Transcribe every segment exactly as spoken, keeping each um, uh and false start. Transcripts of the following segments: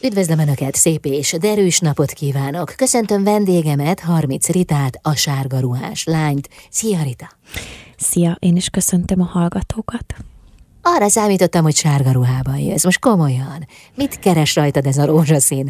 Üdvözlöm Önöket, szép és derűs napot kívánok! Köszöntöm vendégemet, Harmic Ritát, a sárga ruhás lányt. Szia, Rita! Szia, én is köszöntöm a hallgatókat. Arra számítottam, hogy sárga ruhában jössz. Most komolyan. Mit keres rajtad ez a rózsaszín?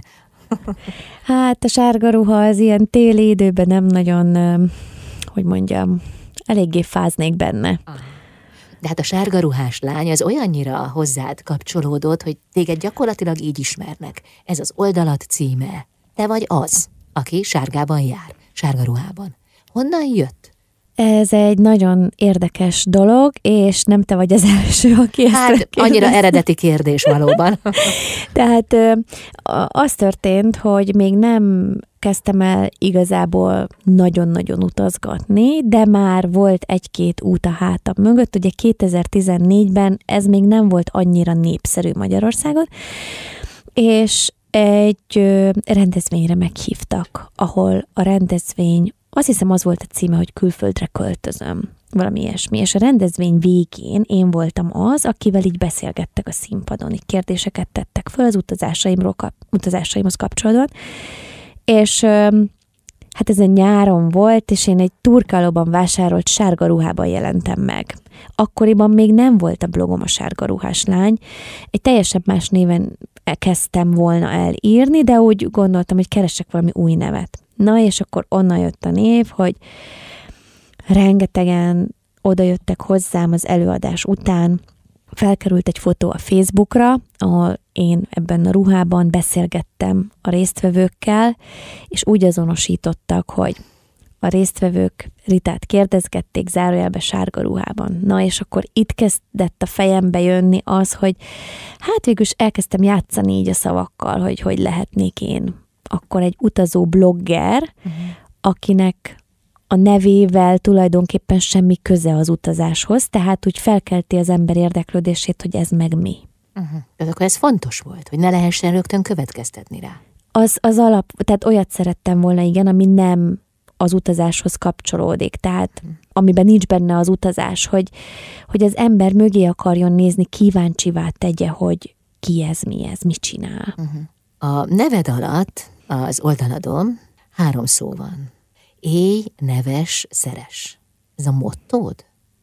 Hát a sárga ruha az ilyen téli időben nem nagyon, hogy mondjam, eléggé fáznék benne. De hát a sárga ruhás lány az olyannyira hozzád kapcsolódott, hogy téged gyakorlatilag így ismernek. Ez az oldalat címe. Te vagy az, aki sárgában jár, sárga ruhában. Honnan jött? Ez egy nagyon érdekes dolog, és nem te vagy az első, aki ezt Hát annyira eredeti kérdés valóban. Tehát az történt, hogy még nem kezdtem el igazából nagyon-nagyon utazgatni, de már volt egy-két út a hátam mögött. Ugye kétezer-tizennégyben ez még nem volt annyira népszerű Magyarországon, és egy rendezvényre meghívtak, ahol a rendezvény, azt hiszem az volt a címe, hogy külföldre költözöm, valami ilyesmi, és a rendezvény végén én voltam az, akivel így beszélgettek a színpadon, így kérdéseket tettek föl az utazásaimról, utazásaimhoz kapcsolatban, és hát ezen nyáron volt, és én egy turkálóban vásárolt sárga ruhában jelentem meg. Akkoriban még nem volt a blogom a sárga ruhás lány, egy teljesen más néven kezdtem volna el írni, de úgy gondoltam, hogy keresek valami új nevet. Na, és akkor onnan jött a név, hogy rengetegen odajöttek hozzám az előadás után, felkerült egy fotó a Facebookra, ahol én ebben a ruhában beszélgettem a résztvevőkkel, és úgy azonosítottak, hogy a résztvevők Ritát kérdezgették zárójelbe sárga ruhában. Na, és akkor itt kezdett a fejembe jönni az, hogy hát végülis elkezdtem játszani így a szavakkal, hogy hogy lehetnék én akkor egy utazó blogger, uh-huh. akinek a nevével tulajdonképpen semmi köze az utazáshoz, tehát úgy felkelti az ember érdeklődését, hogy ez meg mi. Uh-huh. Tehát akkor ez fontos volt, hogy ne lehessen rögtön következtetni rá. Az, az alap, tehát olyat szerettem volna, igen, ami nem az utazáshoz kapcsolódik, tehát uh-huh. amiben nincs benne az utazás, hogy, hogy az ember mögé akarjon nézni, kíváncsivá tegye, hogy ki ez, mi ez, mit csinál. Uh-huh. A neved alatt, az oldaladon három szó van. Élj, neves, szeres. Ez a mottód?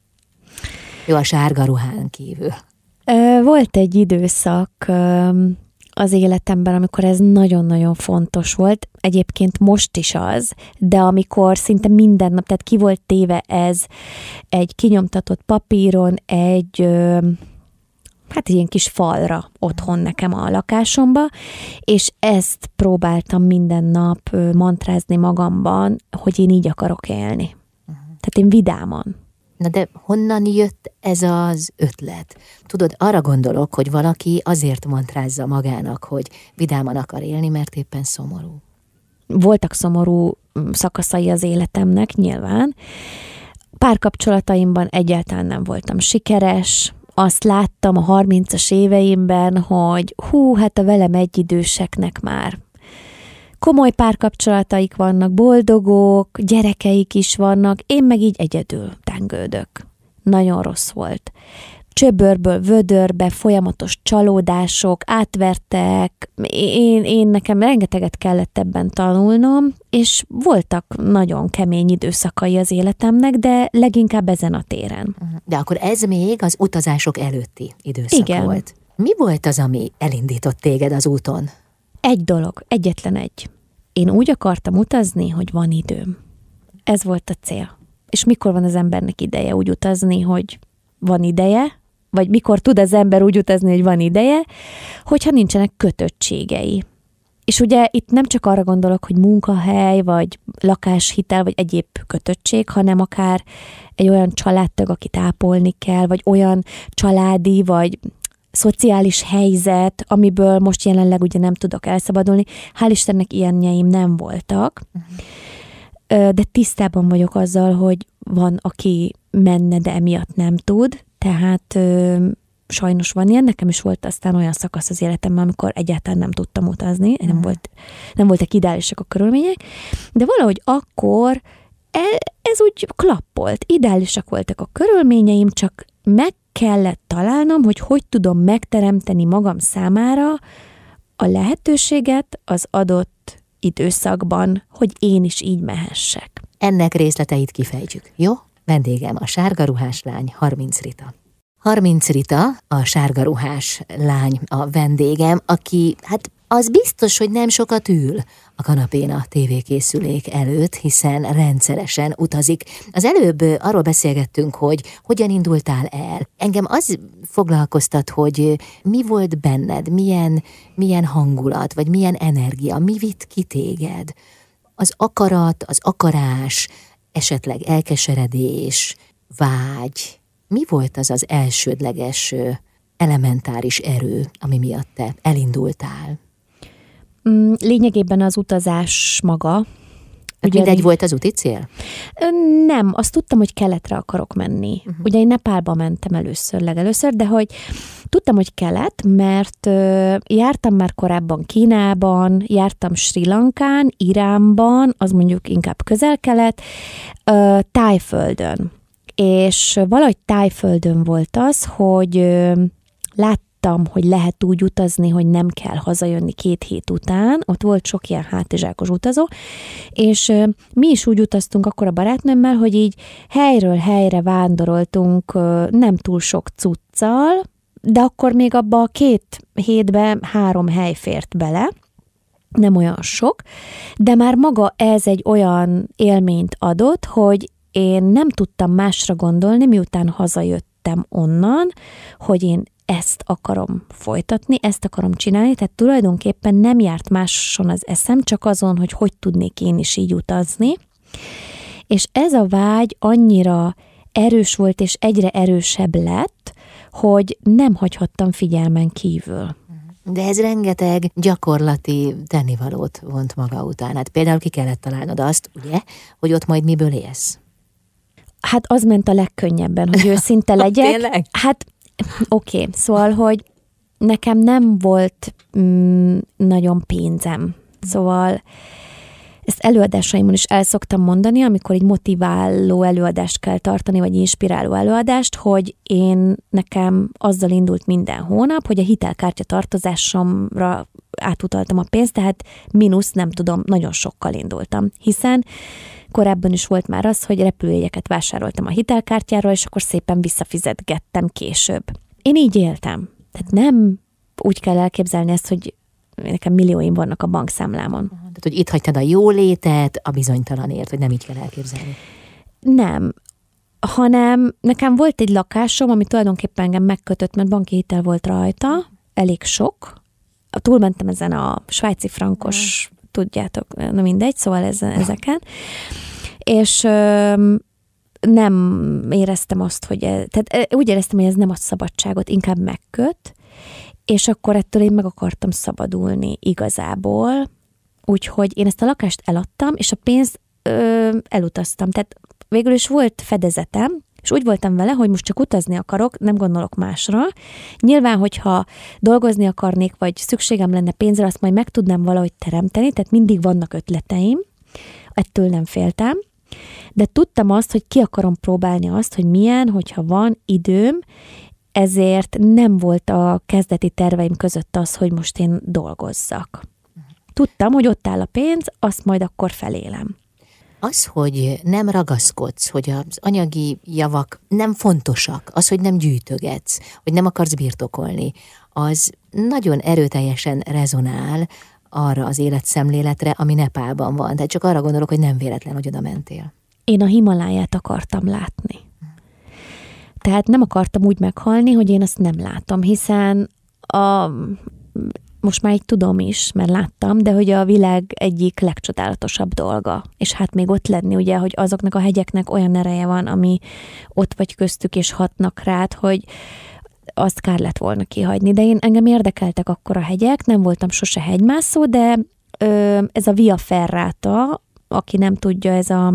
Jó, a sárga ruhán kívül. Volt egy időszak az életemben, amikor ez nagyon-nagyon fontos volt. Egyébként most is az, de amikor szinte minden nap, tehát ki volt téve ez egy kinyomtatott papíron, egy... hát ilyen kis falra otthon nekem a lakásomba, és ezt próbáltam minden nap mantrázni magamban, hogy én így akarok élni. Uh-huh. Tehát én vidáman. Na de honnan jött ez az ötlet? Tudod, arra gondolok, hogy valaki azért mantrázza magának, hogy vidáman akar élni, mert éppen szomorú. Voltak szomorú szakaszai az életemnek, nyilván. Párkapcsolataimban egyáltalán nem voltam sikeres. Azt láttam a harmincas éveimben, hogy hú, hát a velem egyidőseknek már komoly párkapcsolataik vannak, boldogok, gyerekeik is vannak, én meg így egyedül tengődök. Nagyon rossz volt. Csöbörből vödörbe, folyamatos csalódások, átvertek, én, én nekem rengeteget kellett ebben tanulnom, és voltak nagyon kemény időszakai az életemnek, de leginkább ezen a téren. De akkor ez még az utazások előtti időszak Igen. volt. Mi volt az, ami elindított téged az úton? Egy dolog, egyetlen egy. Én úgy akartam utazni, hogy van időm. Ez volt a cél. És mikor van az embernek ideje úgy utazni, hogy van ideje, vagy mikor tud az ember úgy utazni, hogy van ideje, hogyha nincsenek kötöttségei. És ugye itt nem csak arra gondolok, hogy munkahely, vagy lakáshitel, vagy egyéb kötöttség, hanem akár egy olyan családtag, akit ápolni kell, vagy olyan családi, vagy szociális helyzet, amiből most jelenleg ugye nem tudok elszabadulni. Hál' Istennek ilyenjeim nem voltak, uh-huh. de tisztában vagyok azzal, hogy van, aki menne, de emiatt nem tud, tehát ö, sajnos van ilyen. Nekem is volt aztán olyan szakasz az életemben, amikor egyáltalán nem tudtam utazni, nem, volt, nem voltak ideálisak a körülmények, de valahogy akkor ez úgy klappolt. Ideálisak voltak a körülményeim, csak meg kellett találnom, hogy hogy tudom megteremteni magam számára a lehetőséget az adott időszakban, hogy én is így mehessek. Ennek részleteit kifejtjük, jó? Vendégem a sárga ruhás lány, Harminc Rita. Harminc Rita, a sárga ruhás lány a vendégem, aki, hát az biztos, hogy nem sokat ül a kanapén a tévékészülék előtt, hiszen rendszeresen utazik. Az előbb arról beszélgettünk, hogy hogyan indultál el. Engem az foglalkoztat, hogy mi volt benned, milyen, milyen hangulat, vagy milyen energia, mi vitt ki téged. Az akarat, az akarás, esetleg elkeseredés, vágy. Mi volt az az elsődleges elementáris erő, ami miatt te elindultál? Lényegében az utazás maga. Ugye mindegy volt az úti cél? Nem, azt tudtam, hogy keletre akarok menni. Uh-huh. Ugye én Nepálba mentem először, legelőször, de hogy tudtam, hogy kelet, mert uh, jártam már korábban Kínában, jártam Sri Lankán, Iránban, az mondjuk inkább közel-kelet, uh, Tájföldön. És valahogy Tájföldön volt az, hogy uh, láttam, hogy lehet úgy utazni, hogy nem kell hazajönni két hét után. Ott volt sok ilyen hátizsákos utazó, és mi is úgy utaztunk akkor a barátnőmmel, hogy így helyről helyre vándoroltunk nem túl sok cuccal, de akkor még abba a két hétbe három hely fért bele, nem olyan sok, de már maga ez egy olyan élményt adott, hogy én nem tudtam másra gondolni, miután hazajöttem onnan, hogy én ezt akarom folytatni, ezt akarom csinálni, tehát tulajdonképpen nem járt máson az eszem, csak azon, hogy hogy tudnék én is így utazni. És ez a vágy annyira erős volt, és egyre erősebb lett, hogy nem hagyhattam figyelmen kívül. De ez rengeteg gyakorlati tennivalót vont maga után. Hát például ki kellett találnod azt, ugye, hogy ott majd miből élsz? Hát az ment a legkönnyebben, hogy őszinte legyek. Tényleg? Hát oké, okay. Szóval, hogy nekem nem volt mm, nagyon pénzem. Szóval ezt előadásaimon is el szoktam mondani, amikor egy motiváló előadást kell tartani, vagy inspiráló előadást, hogy én nekem azzal indult minden hónap, hogy a hitelkártya tartozásomra átutaltam a pénzt, tehát mínusz, nem tudom, nagyon sokkal indultam. Hiszen korábban is volt már az, hogy repülőjegyeket vásároltam a hitelkártyáról, és akkor szépen visszafizetgettem később. Én így éltem. Tehát nem úgy kell elképzelni ezt, hogy nekem millióim vannak a bankszámlámon. Tehát, hogy itt hagytad a jólétet a bizonytalanért, hogy nem így kell elképzelni. Nem, hanem nekem volt egy lakásom, ami tulajdonképpen engem megkötött, mert banki hitel volt rajta, elég sok. Túlmentem ezen a svájci frankos, mm. tudjátok, na mindegy, szóval ez, ezeken. És ö, nem éreztem azt, hogy ez, tehát úgy éreztem, hogy ez nem a szabadságot, inkább megköt, és akkor ettől én meg akartam szabadulni igazából, úgyhogy én ezt a lakást eladtam, és a pénzt ö, elutaztam. Tehát végül is volt fedezetem, és úgy voltam vele, hogy most csak utazni akarok, nem gondolok másra. Nyilván, hogyha dolgozni akarnék, vagy szükségem lenne pénzre, azt majd meg tudnám valahogy teremteni, tehát mindig vannak ötleteim, ettől nem féltem, de tudtam azt, hogy ki akarom próbálni azt, hogy milyen, hogyha van időm, ezért nem volt a kezdeti terveim között az, hogy most én dolgozzak. Tudtam, hogy ott áll a pénz, azt majd akkor felélem. Az, hogy nem ragaszkodsz, hogy az anyagi javak nem fontosak, az, hogy nem gyűjtögetsz, hogy nem akarsz birtokolni, az nagyon erőteljesen rezonál arra az életszemléletre, ami Nepálban van. Tehát csak arra gondolok, hogy nem véletlen, hogy oda mentél. Én a Himaláját akartam látni. Tehát nem akartam úgy meghalni, hogy én azt nem látom, hiszen a, most már így tudom is, mert láttam, de hogy a világ egyik legcsodálatosabb dolga. És hát még ott lenni, ugye, hogy azoknak a hegyeknek olyan ereje van, ami ott vagy köztük, és hatnak rád, hogy azt kár lett volna kihagyni. De én engem érdekeltek akkor a hegyek, nem voltam sose hegymászó, de ö, ez a Via Ferrata, aki nem tudja, ez a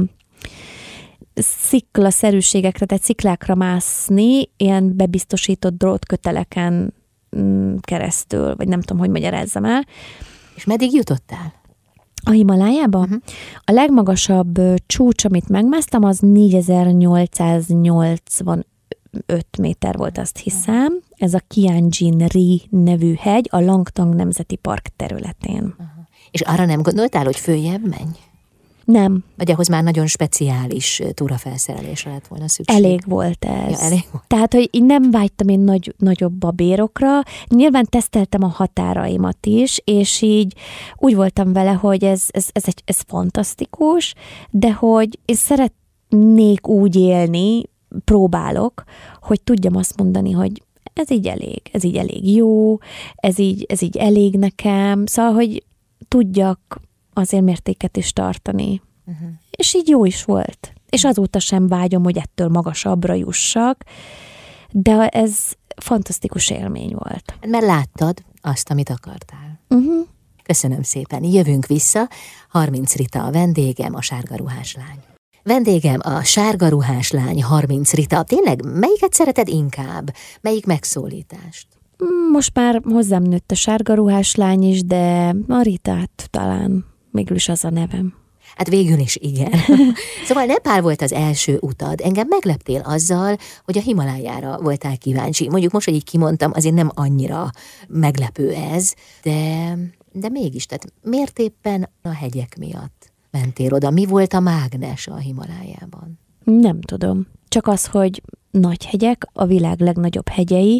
sziklaszerűségekre, tehát sziklákra mászni, ilyen bebiztosított drótköteleken keresztül, vagy nem tudom, hogy magyarázzam el. És meddig jutottál? A Himalájába? Uh-huh. A legmagasabb csúcs, amit megmásztam, az négyezer-nyolcszáznyolcvanöt méter volt, azt hiszem. ez a Kianjin-ri nevű hegy a Langtang Nemzeti Park területén. Aha. És arra nem gondoltál, hogy följebb menj? Nem. Vagy ahhoz már nagyon speciális túrafelszerelésre lett volna szükség? Elég volt ez. Ja, elég volt. Tehát, hogy én nem vágytam én nagy, nagyobb a bérokra. Nyilván teszteltem a határaimat is, és így úgy voltam vele, hogy ez, ez, ez, egy, ez fantasztikus, de hogy én szeretnék úgy élni, próbálok, hogy tudjam azt mondani, hogy ez így elég, ez így elég jó, ez így, ez így elég nekem, szóval, hogy tudjak azért mértéket is tartani. Uh-huh. És így jó is volt. És azóta sem vágyom, hogy ettől magasabbra jussak, de ez fantasztikus élmény volt. Mert láttad azt, amit akartál. Uh-huh. Köszönöm szépen. Jövünk vissza. Harminc Rita a vendégem, a sárga ruhás lány. Vendégem a sárga ruhás lány, Harminc Rita. Tényleg, melyiket szereted inkább? Melyik megszólítást? Most már hozzám nőtt a sárga ruhás lány is, de a Ritát talán mégis az a nevem. Hát végül is igen. Szóval Nepál volt az első utad. Engem megleptél azzal, hogy a Himalájára voltál kíváncsi. Mondjuk most, hogy így kimondtam, azért nem annyira meglepő ez, de, de mégis, tehát miért éppen a hegyek miatt mentél oda? Mi volt a mágnes a Himalájában? Nem tudom. Csak az, hogy nagy hegyek, a világ legnagyobb hegyei,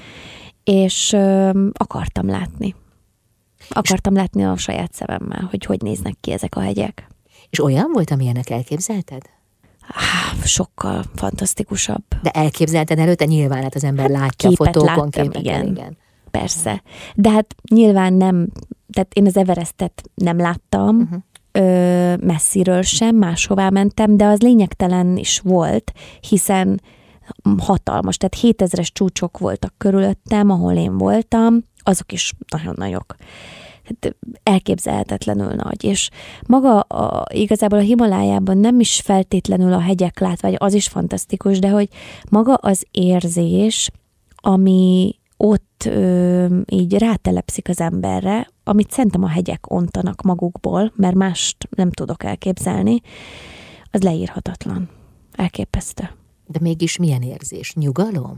és ö, akartam látni. Akartam látni a saját szememmel, hogy hogy néznek ki ezek a hegyek. És olyan volt, amilyenek elképzelted? Há, sokkal fantasztikusabb. De elképzelted előtte? Nyilván, hát az ember látja képet a fotókon, láttam, képeken, igen. igen. Persze. De hát nyilván nem, tehát én az Everestet nem láttam, uh-huh. ö, messziről sem, máshová mentem, de az lényegtelen is volt, hiszen hatalmas, tehát hétezres csúcsok voltak körülöttem, ahol én voltam, azok is nagyon nagyok. Hát elképzelhetetlenül nagy, és maga a, igazából a Himalájában nem is feltétlenül a hegyek látvány, az is fantasztikus, de hogy maga az érzés, ami ott ö, így rátelepszik az emberre, amit szerintem a hegyek ontanak magukból, mert mást nem tudok elképzelni, az leírhatatlan. Elképesztő. De mégis milyen érzés? Nyugalom?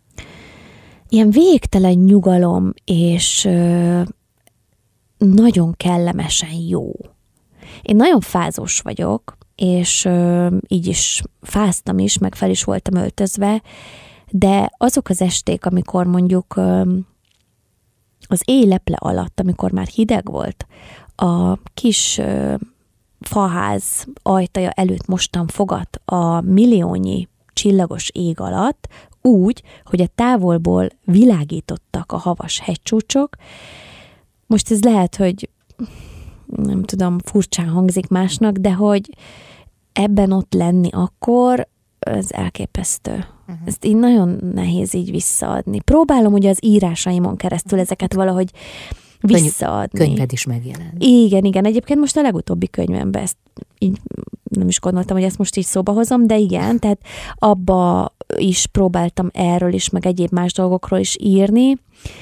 Ilyen végtelen nyugalom, és ö, nagyon kellemesen jó. Én nagyon fázós vagyok, és ö, így is fáztam is, meg fel is voltam öltözve, de azok az esték, amikor mondjuk ö, az éjleple alatt, amikor már hideg volt, a kis ö, faház ajtaja előtt mostan fogat a milliónyi csillagos ég alatt, úgy, hogy a távolból világítottak a havas hegycsúcsok. Most ez lehet, hogy nem tudom, furcsán hangzik másnak, de hogy ebben ott lenni akkor, ez elképesztő. Uh-huh. Ezt így nagyon nehéz így visszaadni. Próbálom ugye az írásaimon keresztül ezeket valahogy visszaadni. Könyved is megjelent. Igen, igen. Egyébként most a legutóbbi könyvemben ezt így nem is gondoltam, hogy ezt most így szóba hozom, de igen, tehát abba is próbáltam erről is, meg egyéb más dolgokról is írni,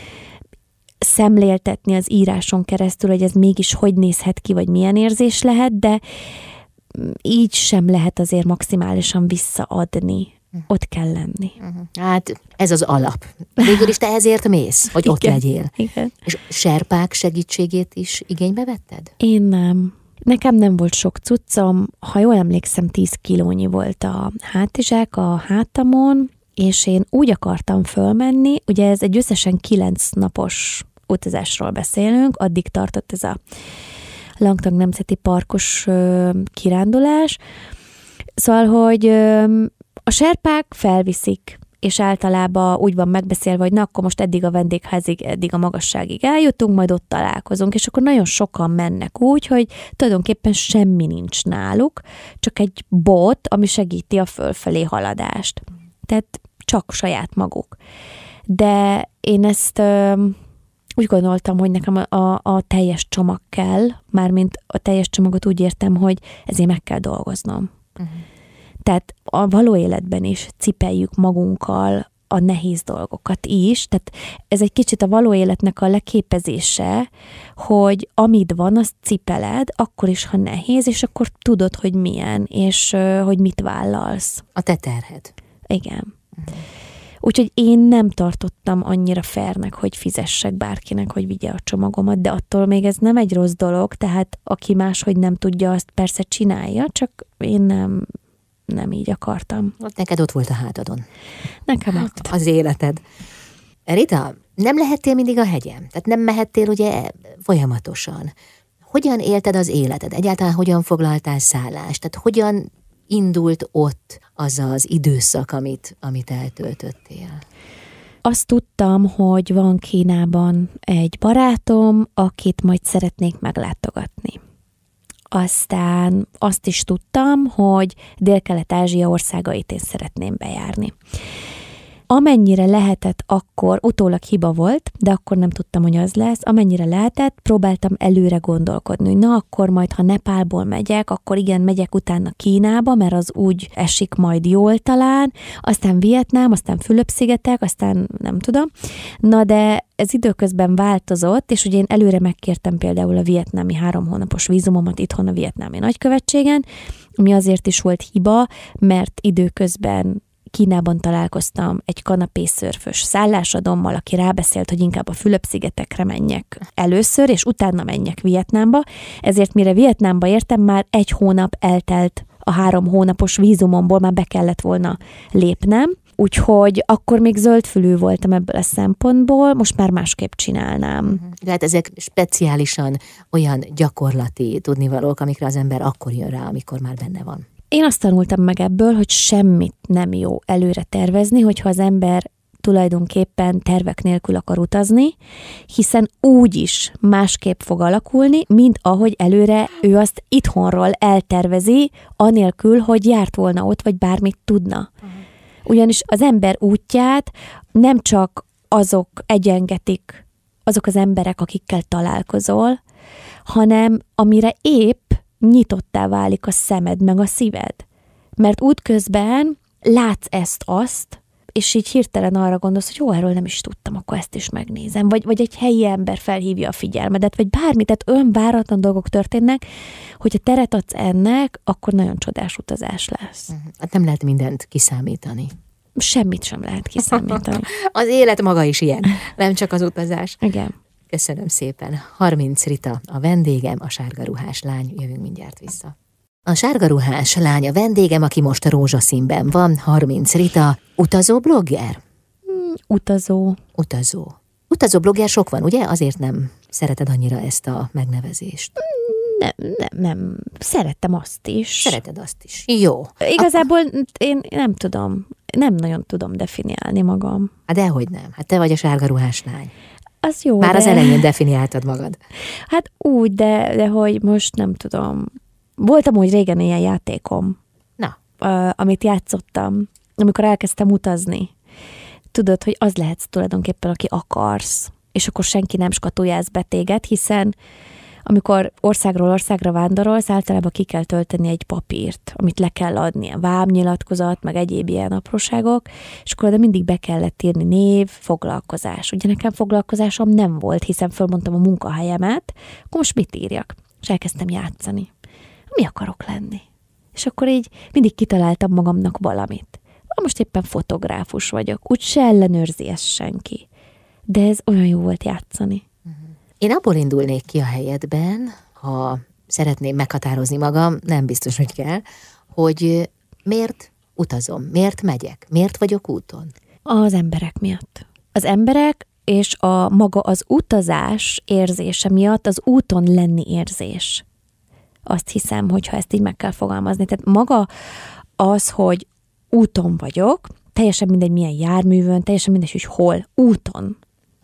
szemléltetni az íráson keresztül, hogy ez mégis hogy nézhet ki, vagy milyen érzés lehet, de így sem lehet azért maximálisan visszaadni. Ott kell lenni. Hát ez az alap. Végül is te ezért mész, hogy ott igen, legyél. Igen. És serpák segítségét is igénybe vetted? Én nem. Nekem nem volt sok cuccom, ha jól emlékszem, tíz kilónyi volt a hátizsák a hátamon, és én úgy akartam fölmenni, ugye ez egy összesen kilenc napos utazásról beszélünk, addig tartott ez a Langtang Nemzeti Parkos ö, kirándulás. Szóval, hogy ö, a serpák felviszik, és általában úgy van megbeszélve, hogy na, akkor most eddig a vendégházig, eddig a magasságig eljutunk, majd ott találkozunk, és akkor nagyon sokan mennek úgy, hogy tulajdonképpen semmi nincs náluk, csak egy bot, ami segíti a fölfelé haladást. Tehát csak saját maguk. De én ezt ö, úgy gondoltam, hogy nekem a, a, a teljes csomag kell, mármint a teljes csomagot úgy értem, hogy ezért meg kell dolgoznom. Uh-huh. Tehát a való életben is cipeljük magunkkal a nehéz dolgokat is, tehát ez egy kicsit a való életnek a leképezése, hogy amit van, azt cipeled, akkor is, ha nehéz, és akkor tudod, hogy milyen, és uh, hogy mit vállalsz. A te terhed. Igen. Uh-huh. Úgyhogy én nem tartottam annyira fairnek, hogy fizessek bárkinek, hogy vigye a csomagomat, de attól még ez nem egy rossz dolog, tehát aki máshogy nem tudja, azt persze csinálja, csak én nem, nem így akartam. Neked ott volt a hátadon. Nekem ott. Az életed. Rita, nem lehettél mindig a hegyen? Tehát nem mehettél ugye folyamatosan. Hogyan élted az életed? Egyáltalán hogyan foglaltál szállást? Tehát hogyan indult ott az az időszak, amit, amit eltöltöttél? Azt tudtam, hogy van Kínában egy barátom, akit majd szeretnék meglátogatni. Aztán azt is tudtam, hogy Dél-Kelet-Ázsia országait én szeretném bejárni. Amennyire lehetett akkor, utólag hiba volt, de akkor nem tudtam, hogy az lesz, amennyire lehetett, próbáltam előre gondolkodni, hogy na akkor majd, ha Nepálból megyek, akkor igen, megyek utána Kínába, mert az úgy esik majd jól talán, aztán Vietnám, aztán Fülöp-szigetek, aztán nem tudom. Na de ez időközben változott, és ugye én előre megkértem például a vietnámi három hónapos vízumomat itthon a vietnámi nagykövetségen, ami azért is volt hiba, mert időközben Kínában találkoztam egy kanapészörfös szállásadommal, aki rábeszélt, hogy inkább a Fülöp-szigetekre menjek először, és utána menjek Vietnámba. Ezért mire Vietnámba értem, már egy hónap eltelt a három hónapos vízumomból, már be kellett volna lépnem. Úgyhogy akkor még zöldfülű voltam ebből a szempontból, most már másképp csinálnám. Tehát ezek speciálisan olyan gyakorlati tudnivalók, amikre az ember akkor jön rá, amikor már benne van. Én azt tanultam meg ebből, hogy semmit nem jó előre tervezni, hogyha az ember tulajdonképpen tervek nélkül akar utazni, hiszen úgy is másképp fog alakulni, mint ahogy előre ő azt itthonról eltervezi, anélkül, hogy járt volna ott, vagy bármit tudna. Ugyanis az ember útját nem csak azok egyengetik, azok az emberek, akikkel találkozol, hanem amire épp nyitottá válik a szemed, meg a szíved. Mert útközben látsz ezt-azt, és így hirtelen arra gondolsz, hogy jó, erről nem is tudtam, akkor ezt is megnézem. Vagy, vagy egy helyi ember felhívja a figyelmedet, vagy bármi, tehát olyan váratlan dolgok történnek, hogyha teret adsz ennek, akkor nagyon csodás utazás lesz. Hát nem lehet mindent kiszámítani. Semmit sem lehet kiszámítani. Az élet maga is ilyen, nem csak az utazás. Igen. Köszönöm szépen. Harminc Rita a vendégem, a sárga ruhás lány. Jövünk mindjárt vissza. A sárga ruhás lány a vendégem, aki most a rózsaszínben van. Harminc Rita, utazó blogger? Mm, utazó. Utazó. Utazó blogger sok van, ugye? Azért nem szereted annyira ezt a megnevezést. Nem, nem, nem. Szerettem azt is. Szereted azt is. Jó. Igazából Akkor... én nem tudom, nem nagyon tudom definiálni magam. Hát dehogy nem. Hát te vagy a sárga ruhás lány. Az jó, Már de... az elején definiáltad magad. Hát úgy, de, de hogy most nem tudom. Voltam úgy régen ilyen játékom, Na. Uh, amit játszottam, amikor elkezdtem utazni. Tudod, hogy az lehetsz tulajdonképpen, aki akarsz, és akkor senki nem skatujáz be téged, hiszen amikor országról országra vándorolsz, általában ki kell tölteni egy papírt, amit le kell adni, a vámnyilatkozat, meg egyéb ilyen apróságok, és akkor oda mindig be kellett írni név, foglalkozás. Ugye nekem foglalkozásom nem volt, hiszen fölmondtam a munkahelyemet, akkor most mit írjak? És elkezdtem játszani. Mi akarok lenni? És akkor így mindig kitaláltam magamnak valamit. Most éppen fotográfus vagyok, úgy se ellenőrzi ezt senki. De ez olyan jó volt játszani. Én abból indulnék ki a helyedben, ha szeretném meghatározni magam, nem biztos, hogy kell, hogy miért utazom, miért megyek, miért vagyok úton? Az emberek miatt. Az emberek és a maga az utazás érzése miatt az úton lenni érzés. Azt hiszem, hogyha ezt így meg kell fogalmazni. Tehát maga az, hogy úton vagyok, teljesen mindegy milyen járművön, teljesen mindegy, hogy hol, úton.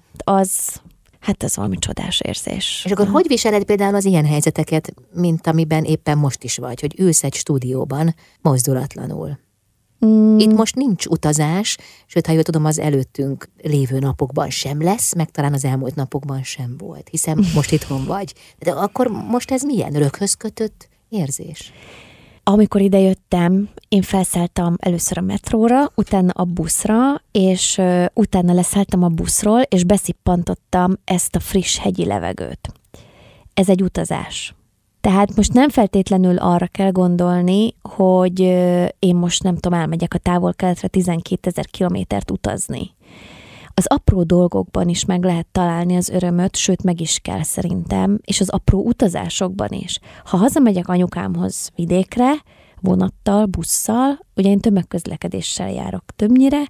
Az... Hát ez valami csodás érzés. És akkor hogy viseled például az ilyen helyzeteket, mint amiben éppen most is vagy, hogy ülsz egy stúdióban mozdulatlanul? Mm. Itt most nincs utazás, sőt, ha jól tudom, az előttünk lévő napokban sem lesz, meg talán az elmúlt napokban sem volt, hiszen most itthon vagy. De akkor most ez milyen röghöz kötött érzés? Amikor idejöttem, én felszálltam először a metróra, utána a buszra, és uh, utána leszálltam a buszról, és beszippantottam ezt a friss hegyi levegőt. Ez egy utazás. Tehát most nem feltétlenül arra kell gondolni, hogy én most nem tudom, elmegyek a távol-keletre tizenkétezer kilométert utazni. Az apró dolgokban is meg lehet találni az örömöt, sőt meg is kell szerintem, és az apró utazásokban is. Ha hazamegyek anyukámhoz vidékre, vonattal, busszal, ugye én tömegközlekedéssel járok többnyire,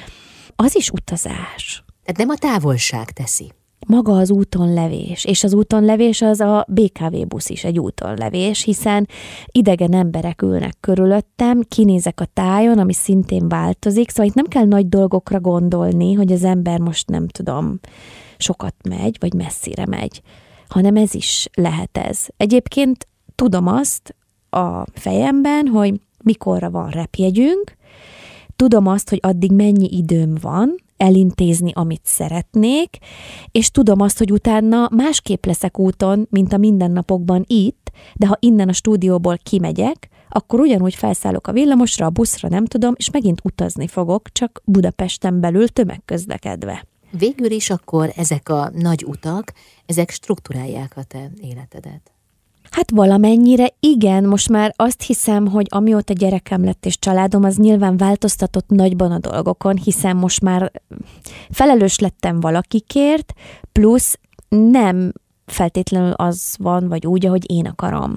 az is utazás. Tehát nem a távolság teszi. Maga az úton levés, és az úton levés az a bé ká vé busz is egy úton levés, hiszen idegen emberek ülnek körülöttem, kinézek a tájon, ami szintén változik, szóval itt nem kell nagy dolgokra gondolni, hogy az ember most nem tudom, sokat megy, vagy messzire megy, hanem ez is lehet ez. Egyébként tudom azt a fejemben, hogy mikorra van repjegyünk, tudom azt, hogy addig mennyi időm van elintézni, amit szeretnék, és tudom azt, hogy utána másképp leszek úton, mint a mindennapokban itt, de ha innen a stúdióból kimegyek, akkor ugyanúgy felszállok a villamosra, a buszra, nem tudom, és megint utazni fogok, csak Budapesten belül tömegközlekedve. Végül is akkor ezek a nagy utak, ezek strukturálják a te életedet. Hát valamennyire igen, most már azt hiszem, hogy amióta gyerekem lett és családom, az nyilván változtatott nagyban a dolgokon, hiszen most már felelős lettem valakikért, plusz nem feltétlenül az van, vagy úgy, ahogy én akarom.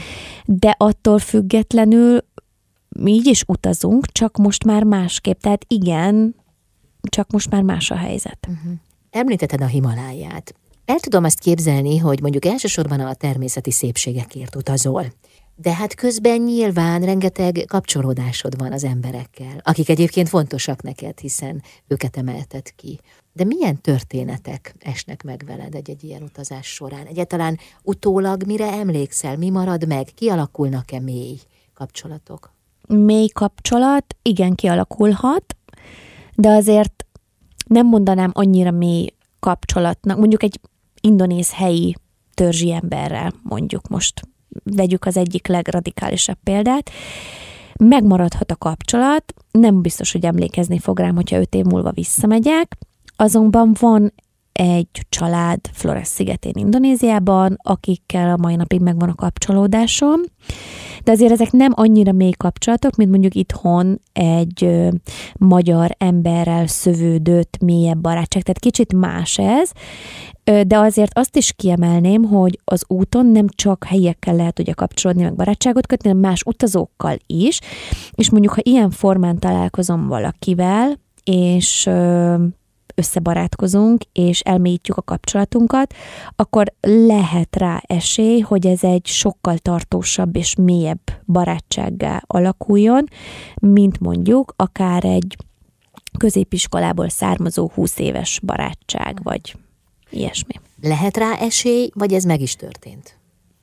De attól függetlenül mi így is utazunk, csak most már másképp. Tehát igen, csak most már más a helyzet. Uh-huh. Említetted a Himaláját. El tudom azt képzelni, hogy mondjuk elsősorban a természeti szépségekért utazol. De hát közben nyilván rengeteg kapcsolódásod van az emberekkel, akik egyébként fontosak neked, hiszen őket emelted ki. De milyen történetek esnek meg veled egy-egy ilyen utazás során? Egyáltalán utólag mire emlékszel? Mi marad meg? Kialakulnak-e mély kapcsolatok? Mély kapcsolat, igen, kialakulhat, de azért nem mondanám annyira mély kapcsolatnak. Mondjuk egy indonéz helyi törzsi emberrel, mondjuk most vegyük az egyik legradikálisabb példát, megmaradhat a kapcsolat, nem biztos, hogy emlékezni fog rám, hogyha öt év múlva visszamegyek, azonban van egy család Flores szigetén, Indonéziában, akikkel a mai napig megvan a kapcsolódásom, de azért ezek nem annyira mély kapcsolatok, mint mondjuk itthon egy ö, magyar emberrel szövődött, mélyebb barátság, tehát kicsit más ez, ö, de azért azt is kiemelném, hogy az úton nem csak helyiekkel lehet ugye kapcsolódni, meg barátságot kötni, hanem más utazókkal is, és mondjuk, ha ilyen formán találkozom valakivel, és ö, összebarátkozunk, és elmélyítjük a kapcsolatunkat, akkor lehet rá esély, hogy ez egy sokkal tartósabb és mélyebb barátsággá alakuljon, mint mondjuk akár egy középiskolából származó húsz éves barátság, vagy ilyesmi. Lehet rá esély, vagy ez meg is történt?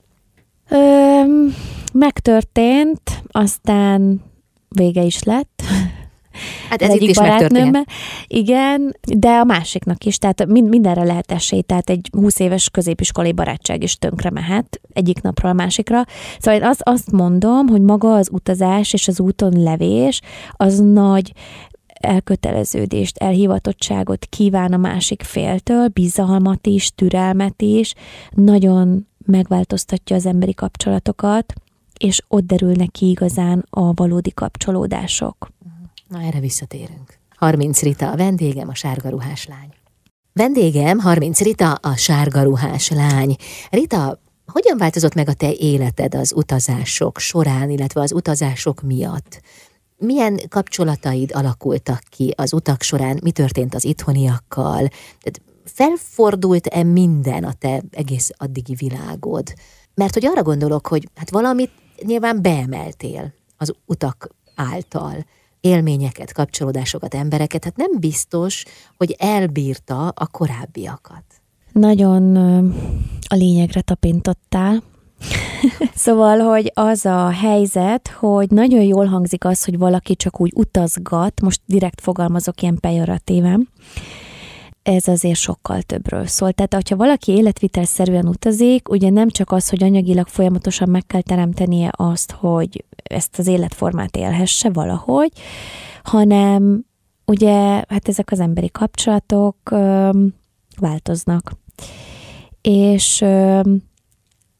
Ö, megtörtént, aztán vége is lett. Hát ez itt is megtörténhet. Igen, de a másiknak is, tehát mindenre lehet esély, tehát egy húsz éves középiskolai barátság is tönkre mehet egyik napról a másikra. Szóval én azt, azt mondom, hogy maga az utazás és az úton levés az nagy elköteleződést, elhivatottságot kíván a másik féltől, bizalmat is, türelmet is, nagyon megváltoztatja az emberi kapcsolatokat, és ott derülnek ki igazán a valódi kapcsolódások. Na, erre visszatérünk. Harminc Rita a vendégem, a sárgaruhás lány. Vendégem Harminc Rita, a sárgaruhás lány. Rita, hogyan változott meg a te életed az utazások során, illetve az utazások miatt? Milyen kapcsolataid alakultak ki az utak során? Mi történt az itthoniakkal? Tehát felfordult-e minden a te egész addigi világod? Mert hogy arra gondolok, hogy hát valamit nyilván beemeltél az utak által, élményeket, kapcsolódásokat, embereket, hát nem biztos, hogy elbírta a korábbiakat. Nagyon a lényegre tapintottál. Szóval, hogy az a helyzet, hogy nagyon jól hangzik az, hogy valaki csak úgy utazgat, most direkt fogalmazok ilyen pejoratíven, ez azért sokkal többről szól. Tehát, ha valaki életvitelszerűen utazik, ugye nem csak az, hogy anyagilag folyamatosan meg kell teremtenie azt, hogy ezt az életformát élhesse valahogy, hanem ugye, hát ezek az emberi kapcsolatok ö, változnak. És ö,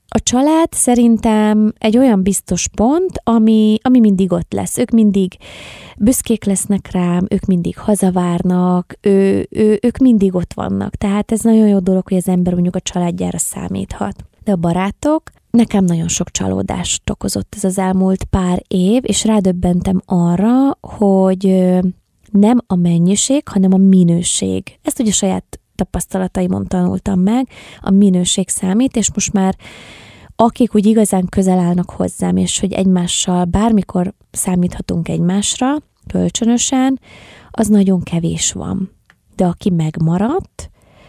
A család szerintem egy olyan biztos pont, ami, ami mindig ott lesz. Ők mindig büszkék lesznek rám, ők mindig hazavárnak, ő, ő, ők mindig ott vannak. Tehát ez nagyon jó dolog, hogy az ember mondjuk a családjára számíthat. De a barátok, nekem nagyon sok csalódást okozott ez az elmúlt pár év, és rádöbbentem arra, hogy nem a mennyiség, hanem a minőség. Ezt ugye saját tapasztalataimon tanultam meg, a minőség számít, és most már akik úgy igazán közel állnak hozzám, és hogy egymással bármikor számíthatunk egymásra, kölcsönösen, az nagyon kevés van. De aki megmaradt,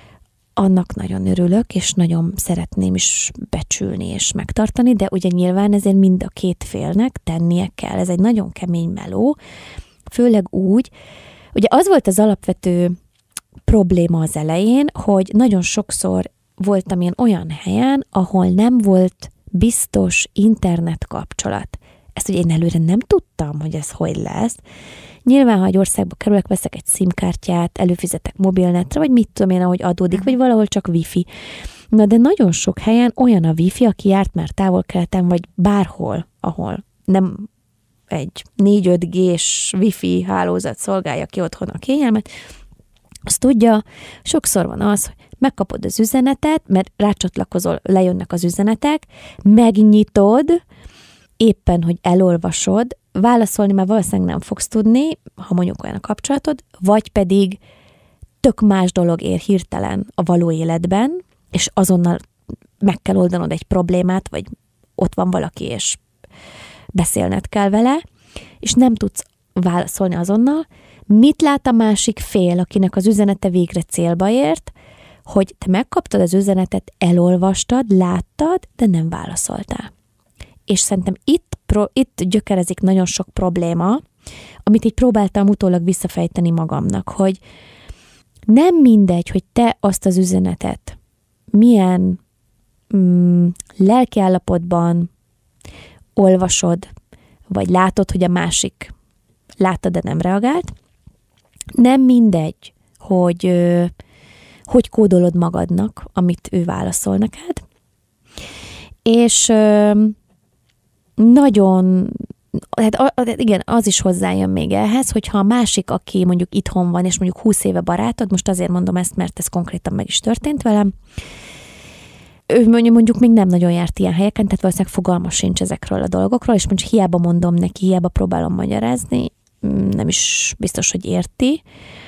annak nagyon örülök, és nagyon szeretném is becsülni és megtartani, de ugye nyilván ezért mind a két félnek tennie kell. Ez egy nagyon kemény meló, főleg úgy, ugye az volt az alapvető probléma az elején, hogy nagyon sokszor voltam én olyan helyen, ahol nem volt biztos internet kapcsolat. Ezt ugye én előre nem tudtam, hogy ez hogy lesz. Nyilván, ha egy országba kerülök, veszek egy SIM-kártyát, előfizetek mobilnetre, vagy mit tudom én, ahogy adódik, vagy valahol csak wifi. Na de nagyon sok helyen olyan a wifi, aki járt már távol-keleten, vagy bárhol, ahol nem egy négy-öt gés wifi hálózat szolgálja ki otthon a kényelmet, azt tudja, sokszor van az, hogy megkapod az üzenetet, mert rácsatlakozol, lejönnek az üzenetek, megnyitod, éppen, hogy elolvasod, válaszolni már valószínűleg nem fogsz tudni, ha mondjuk olyan a kapcsolatod, vagy pedig tök más dolog ér hirtelen a való életben, és azonnal meg kell oldanod egy problémát, vagy ott van valaki, és beszélned kell vele, és nem tudsz válaszolni azonnal. Mit lát a másik fél, akinek az üzenete végre célba ért, hogy te megkaptad az üzenetet, elolvastad, láttad, de nem válaszoltál. És szerintem itt, pro, itt gyökerezik nagyon sok probléma, amit így próbáltam utólag visszafejteni magamnak, hogy nem mindegy, hogy te azt az üzenetet milyen mm, lelkiállapotban olvasod, vagy látod, hogy a másik látta, de nem reagált. Nem mindegy, hogy ö, hogy kódolod magadnak, amit ő válaszol neked. És ö, nagyon, hát igen, az is hozzájön még ehhez, hogyha a másik, aki mondjuk itthon van, és mondjuk húsz éve barátod, most azért mondom ezt, mert ez konkrétan meg is történt velem, ő mondjuk még nem nagyon járt ilyen helyeken, tehát valószínűleg fogalma sincs ezekről a dolgokról, és mondjuk hiába mondom neki, hiába próbálom magyarázni, nem is biztos, hogy érti.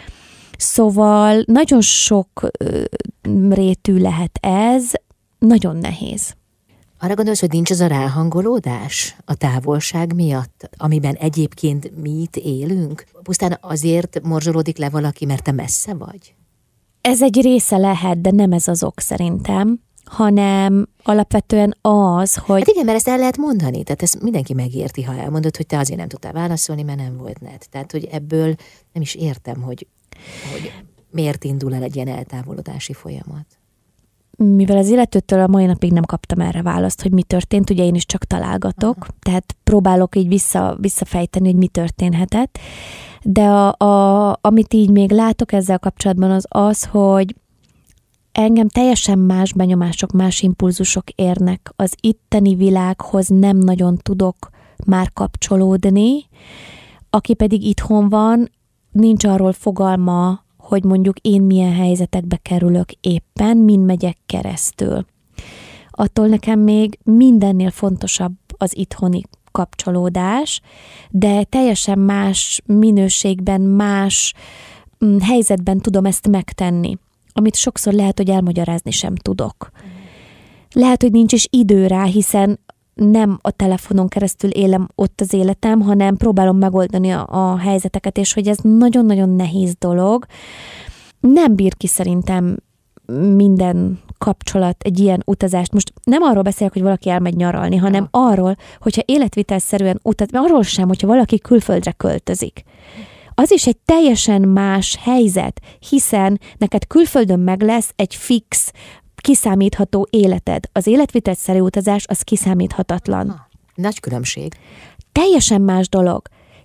Szóval nagyon sok rétű lehet ez, nagyon nehéz. Arra gondolsz, hogy nincs az a ráhangolódás a távolság miatt, amiben egyébként mi itt élünk? Pusztán azért morzsolódik le valaki, mert te messze vagy? Ez egy része lehet, de nem ez az ok szerintem, hanem alapvetően az, hogy... Hát igen, mert ezt el lehet mondani, tehát ezt mindenki megérti, ha elmondod, hogy te azért nem tudtál válaszolni, mert nem volt net. Tehát, hogy ebből nem is értem, hogy, hogy miért indul el egy ilyen eltávolodási folyamat. Mivel az illetőtől a mai napig nem kaptam erre választ, hogy mi történt, ugye én is csak találgatok, aha, tehát próbálok így vissza, visszafejteni, hogy mi történhetett, de a, a, amit így még látok ezzel kapcsolatban az az, hogy engem teljesen más benyomások, más impulzusok érnek. Az itteni világhoz nem nagyon tudok már kapcsolódni, aki pedig itthon van, nincs arról fogalma, hogy mondjuk én milyen helyzetekbe kerülök éppen, min megyek keresztül. Attól nekem még mindennél fontosabb az itthoni kapcsolódás, de teljesen más minőségben, más helyzetben tudom ezt megtenni, amit sokszor lehet, hogy elmagyarázni sem tudok. Lehet, hogy nincs is idő rá, hiszen nem a telefonon keresztül élem ott az életem, hanem próbálom megoldani a, a helyzeteket, és hogy ez nagyon-nagyon nehéz dolog. Nem bír ki szerintem minden kapcsolat, egy ilyen utazást. Most nem arról beszélek, hogy valaki elmegy nyaralni, hanem ja. arról, hogyha életvitelszerűen utaz, arról sem, hogyha valaki külföldre költözik. Az is egy teljesen más helyzet, hiszen neked külföldön meg lesz egy fix, kiszámítható életed. Az életvitelszerű utazás az kiszámíthatatlan. Aha. Nagy különbség. Teljesen más dolog,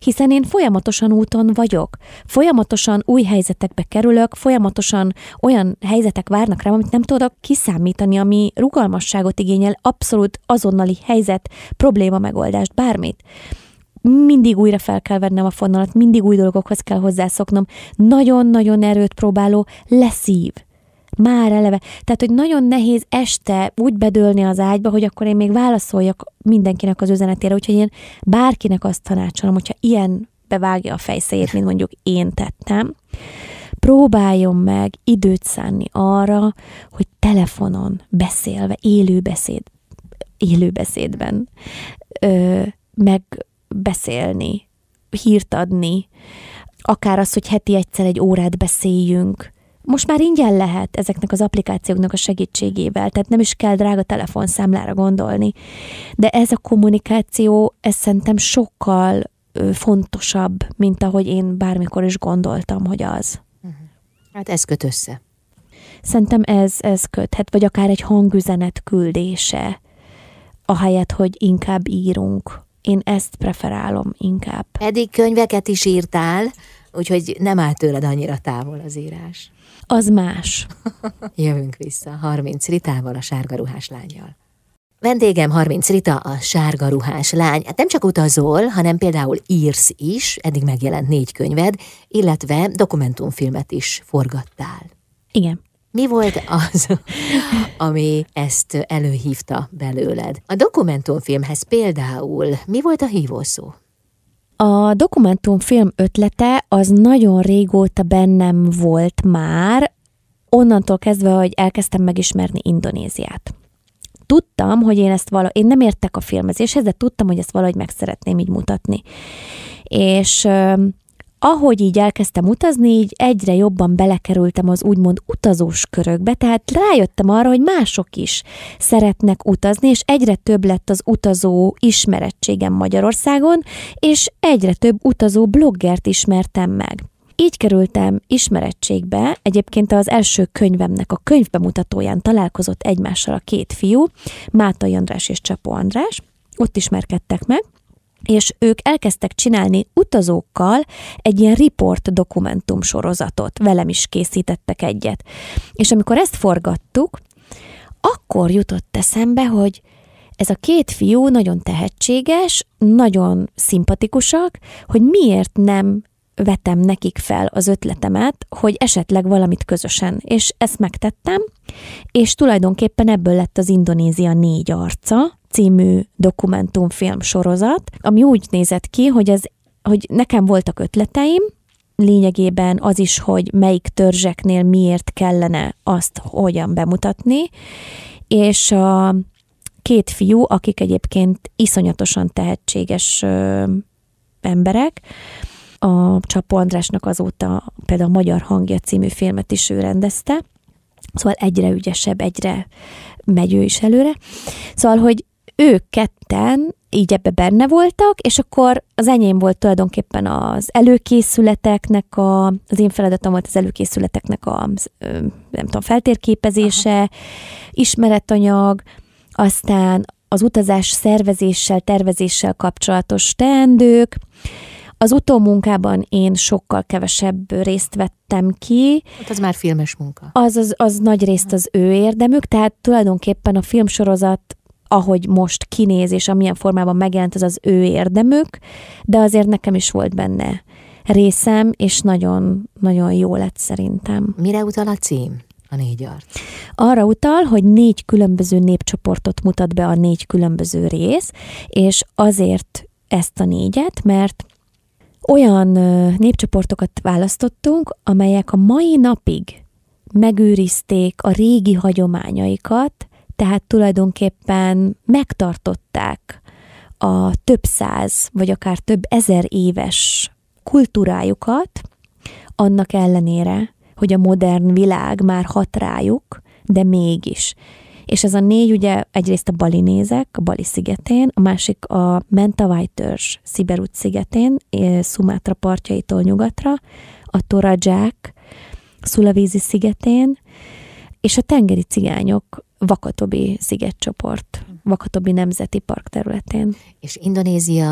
hiszen én folyamatosan úton vagyok, folyamatosan új helyzetekbe kerülök, folyamatosan olyan helyzetek várnak rám, amit nem tudok kiszámítani, ami rugalmasságot igényel, abszolút azonnali helyzet, probléma megoldást, bármit. Mindig újra fel kell vennem a fonalat, mindig új dolgokhoz kell hozzászoknom. Nagyon-nagyon erőt próbáló, leszív. Már eleve. Tehát, hogy nagyon nehéz este úgy bedőlni az ágyba, hogy akkor én még válaszoljak mindenkinek az üzenetére, úgyhogy én bárkinek azt tanácsolom, hogyha ilyen bevágja a fejszéjét, mint mondjuk én tettem, próbáljon meg időt szánni arra, hogy telefonon beszélve, élőbeszéd, élőbeszédben ö, meg beszélni, hírt adni, akár az, hogy heti egyszer egy órát beszéljünk. Most már ingyen lehet ezeknek az applikációknak a segítségével, tehát nem is kell drága telefonszámlára gondolni. De ez a kommunikáció, ez szerintem sokkal fontosabb, mint ahogy én bármikor is gondoltam, hogy az. Hát ez köt össze. Szerintem ez, ez köthet, vagy akár egy hangüzenet küldése, ahelyett, hogy inkább írunk. Én ezt preferálom inkább. Pedig könyveket is írtál, úgyhogy nem áll tőled annyira távol az írás. Az más. Jövünk vissza harminc Ritával, a sárga ruhás lánnyal. Vendégem harminc Rita, a sárga ruhás lány. Hát nem csak utazol, hanem például írsz is, eddig megjelent négy könyved, illetve dokumentumfilmet is forgattál. Igen. Mi volt az, ami ezt előhívta belőled? A dokumentumfilmhez például mi volt a hívószó? A dokumentumfilm ötlete az nagyon régóta bennem volt már, onnantól kezdve, hogy elkezdtem megismerni Indonéziát. Tudtam, hogy én ezt valahogy, én nem értek a filmezéshez, de tudtam, hogy ezt valahogy meg szeretném így mutatni. És ahogy így elkezdtem utazni, így egyre jobban belekerültem az úgymond utazós körökbe, tehát rájöttem arra, hogy mások is szeretnek utazni, és egyre több lett az utazó ismerettségem Magyarországon, és egyre több utazó bloggert ismertem meg. Így kerültem ismerettségbe, egyébként az első könyvemnek a könyvbemutatóján találkozott egymással a két fiú, Mátai András és Csapó András, ott ismerkedtek meg, és ők elkezdtek csinálni utazókkal egy ilyen report dokumentum sorozatot, velem is készítettek egyet. És amikor ezt forgattuk, akkor jutott eszembe, hogy ez a két fiú nagyon tehetséges, nagyon szimpatikusak, hogy miért nem vetem nekik fel az ötletemet, hogy esetleg valamit közösen. És ezt megtettem, és tulajdonképpen ebből lett az Indonézia négy arca című dokumentumfilm sorozat, ami úgy nézett ki, hogy, ez, hogy nekem voltak ötleteim, lényegében az is, hogy melyik törzseknél miért kellene azt hogyan bemutatni, és a két fiú, akik egyébként iszonyatosan tehetséges ö, emberek, a Csapó Andrásnak azóta például a Magyar Hangja című filmet is ő rendezte, szóval egyre ügyesebb, egyre megy ő is előre. Szóval, hogy ők ketten így ebbe benne voltak, és akkor az enyém volt tulajdonképpen az előkészületeknek, a, az én feladatom volt az előkészületeknek a nem tudom, feltérképezése, aha, ismeretanyag, aztán az utazás szervezéssel, tervezéssel kapcsolatos teendők. Az utómunkában én sokkal kevesebb részt vettem ki. Hát az már filmes munka. Az, az, az nagy részt az ő érdemük, tehát tulajdonképpen a filmsorozat, ahogy most kinéz, és amilyen formában megjelent, az az ő érdemük, de azért nekem is volt benne részem, és nagyon, nagyon jó lett szerintem. Mire utal a cím? A négy arc. Arra utal, hogy négy különböző népcsoportot mutat be a négy különböző rész, és azért ezt a négyet, mert olyan népcsoportokat választottunk, amelyek a mai napig megőrizték a régi hagyományaikat, tehát tulajdonképpen megtartották a több száz, vagy akár több ezer éves kultúrájukat, annak ellenére, hogy a modern világ már hat rájuk, de mégis. És ez a négy ugye egyrészt a balinézek, a Bali szigetén, a másik a Mentawai törzs Sziberut szigetén, Szumátra partjaitól nyugatra, a Toraják Szulavízi szigetén, és a tengeri cigányok Vakatobi szigetcsoport, Vakatobi Nemzeti Park területén. És Indonézia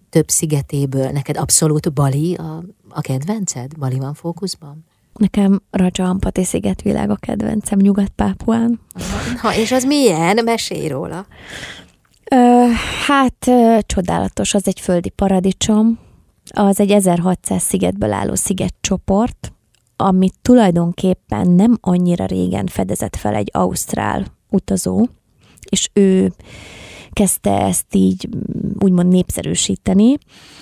több szigetéből neked abszolút Bali a, a kedvenced? Bali van fókuszban? Nekem Raja Ampat szigetvilág a kedvencem Nyugat-Pápuán. Ha, és az milyen? Mesélj róla. Ö, hát ö, csodálatos, az egy földi paradicsom. Az egy ezerhatszáz szigetből álló szigetcsoport, amit tulajdonképpen nem annyira régen fedezett fel egy ausztrál utazó, és ő kezdte ezt így úgymond népszerűsíteni.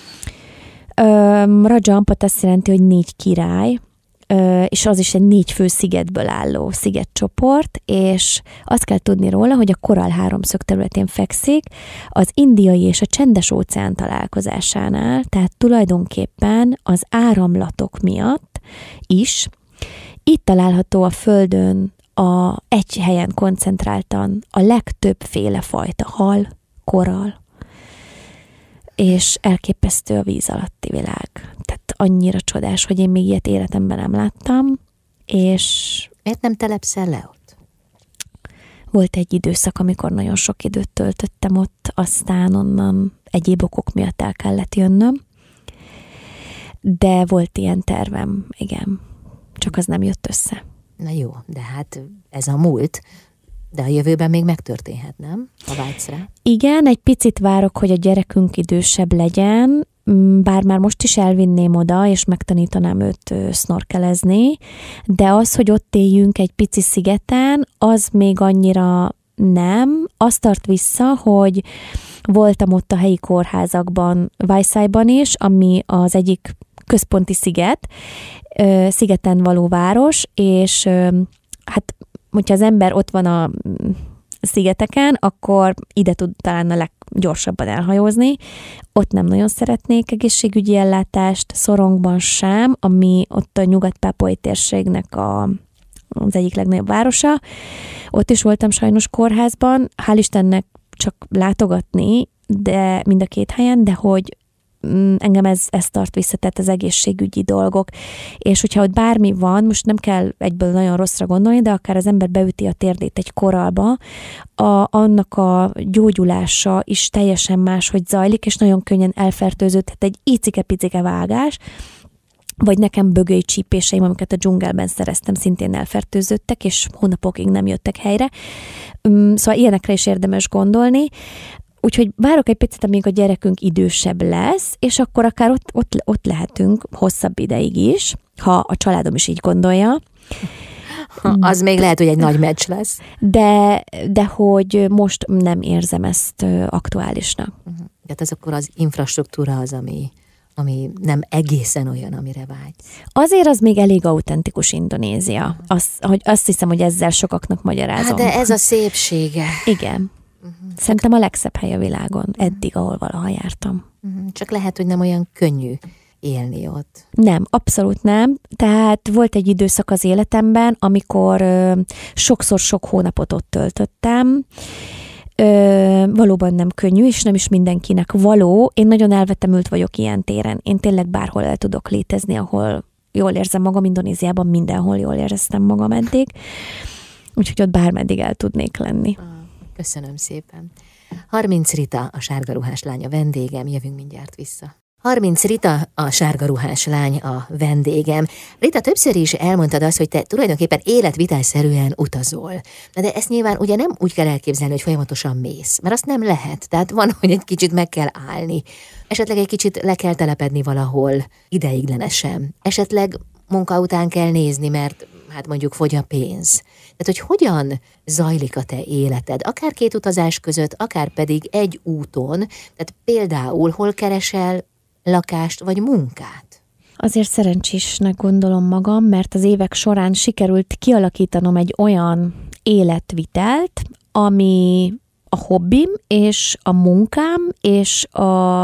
Raja Ampat azt jelenti, hogy négy király, és az is egy négy fő szigetből álló szigetcsoport, és azt kell tudni róla, hogy a korall háromszög területén fekszik, az Indiai és a Csendes óceán találkozásánál, tehát tulajdonképpen az áramlatok miatt is. Itt található a Földön a, egy helyen koncentráltan a legtöbbféle fajta hal, korall, és elképesztő a víz alatti világ. Tehát annyira csodás, hogy én még ilyet életemben nem láttam, és... Miért nem telepszel le ott? Volt egy időszak, amikor nagyon sok időt töltöttem ott, aztán onnan egyéb okok miatt el kellett jönnöm, de volt ilyen tervem, igen, csak az nem jött össze. Na jó, de hát ez a múlt, de a jövőben még megtörténhet, nem? Ha vágysz rá. Igen, egy picit várok, hogy a gyerekünk idősebb legyen, bár már most is elvinném oda, és megtanítanám őt sznorkelezni, de az, hogy ott éljünk egy pici szigeten, az még annyira nem. Azt tart vissza, hogy voltam ott a helyi kórházakban, Vajszájban is, ami az egyik központi sziget, szigeten való város, és hát, hogyha az ember ott van a szigeteken, akkor ide tud talán a leggyorsabban elhajózni. Ott nem nagyon szeretnék egészségügyi ellátást, Szorongban sem, ami ott a nyugat-pápuai térségnek a, az egyik legnagyobb városa. Ott is voltam sajnos kórházban, hál' Istennek csak látogatni, de mind a két helyen, de hogy engem ez, ez tart vissza, tehát az egészségügyi dolgok. És hogyha ott bármi van, most nem kell egyből nagyon rosszra gondolni, de akár az ember beüti a térdét egy korallba, a, annak a gyógyulása is teljesen máshogy zajlik, és nagyon könnyen elfertőződhet egy icike-picike vágás, vagy nekem bögöly csípéseim, amiket a dzsungelben szereztem, szintén elfertőződtek, és hónapokig nem jöttek helyre. Szóval ilyenekre is érdemes gondolni. Úgyhogy várok egy picit, amíg a gyerekünk idősebb lesz, és akkor akár ott, ott, ott lehetünk hosszabb ideig is, ha a családom is így gondolja. Az még lehet, hogy egy nagy meccs lesz. De, de hogy most nem érzem ezt aktuálisnak. Uh-huh. Tehát az akkor az infrastruktúra az, ami, ami nem egészen olyan, amire vágysz. Azért az még elég autentikus Indonézia. Azt, hogy azt hiszem, hogy ezzel sokaknak magyarázom. Hát de ez a szépsége. Igen. Uh-huh. Szerintem a legszebb hely a világon, eddig, ahol valaha jártam. Uh-huh. Csak lehet, hogy nem olyan könnyű élni ott. Nem, abszolút nem. Tehát volt egy időszak az életemben, amikor ö, sokszor sok hónapot ott töltöttem. Ö, valóban nem könnyű, és nem is mindenkinek való. Én nagyon elvetemült vagyok ilyen téren. Én tényleg bárhol el tudok létezni, ahol jól érzem magam. Indonéziában mindenhol jól éreztem magam eddig. Úgyhogy ott bármeddig el tudnék lenni. Köszönöm szépen. Harminc Rita, a sárgaruhás lány a vendégem, jövünk mindjárt vissza. Harminc Rita, a sárgaruhás lány a vendégem. Rita, többször is elmondtad azt, hogy te tulajdonképpen életvitelszerűen utazol. De ezt nyilván ugye nem úgy kell elképzelni, hogy folyamatosan mész, mert azt nem lehet. Tehát van, hogy egy kicsit meg kell állni. Esetleg egy kicsit le kell telepedni valahol ideiglenesen. Esetleg munka után kell nézni, mert hát mondjuk fogy a pénz. Tehát, hogy hogyan zajlik a te életed, akár két utazás között, akár pedig egy úton, tehát például hol keresel lakást vagy munkát? Azért szerencsésnek gondolom magam, mert az évek során sikerült kialakítanom egy olyan életvitelt, ami a hobbim, és a munkám, és a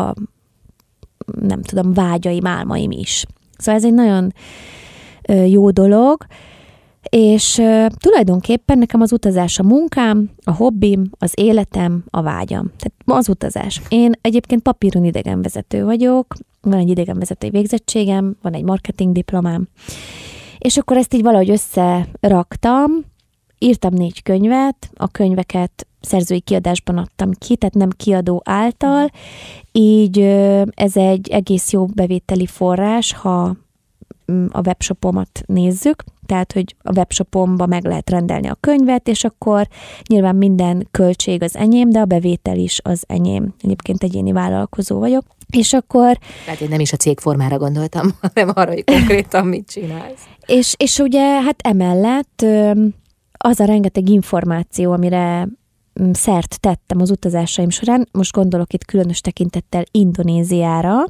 nem tudom, vágyaim, álmaim is. Szóval ez egy nagyon jó dolog, és uh, tulajdonképpen nekem az utazás a munkám, a hobbim, az életem, a vágyam. Tehát az utazás. Én egyébként papíron idegenvezető vagyok, van egy idegenvezetői végzettségem, van egy marketing diplomám, és akkor ezt így valahogy összeraktam, írtam négy könyvet, a könyveket szerzői kiadásban adtam ki, tehát nem kiadó által, így ez egy egész jó bevételi forrás, ha a webshopomat nézzük, tehát, hogy a webshopomba meg lehet rendelni a könyvet, és akkor nyilván minden költség az enyém, de a bevétel is az enyém. Egyébként egyéni vállalkozó vagyok. És akkor... Tehát én nem is a cégformára gondoltam, hanem arra, hogy konkrétan mit csinálsz. És, és ugye hát emellett az a rengeteg információ, amire szert tettem az utazásaim során, most gondolok itt különös tekintettel Indonéziára,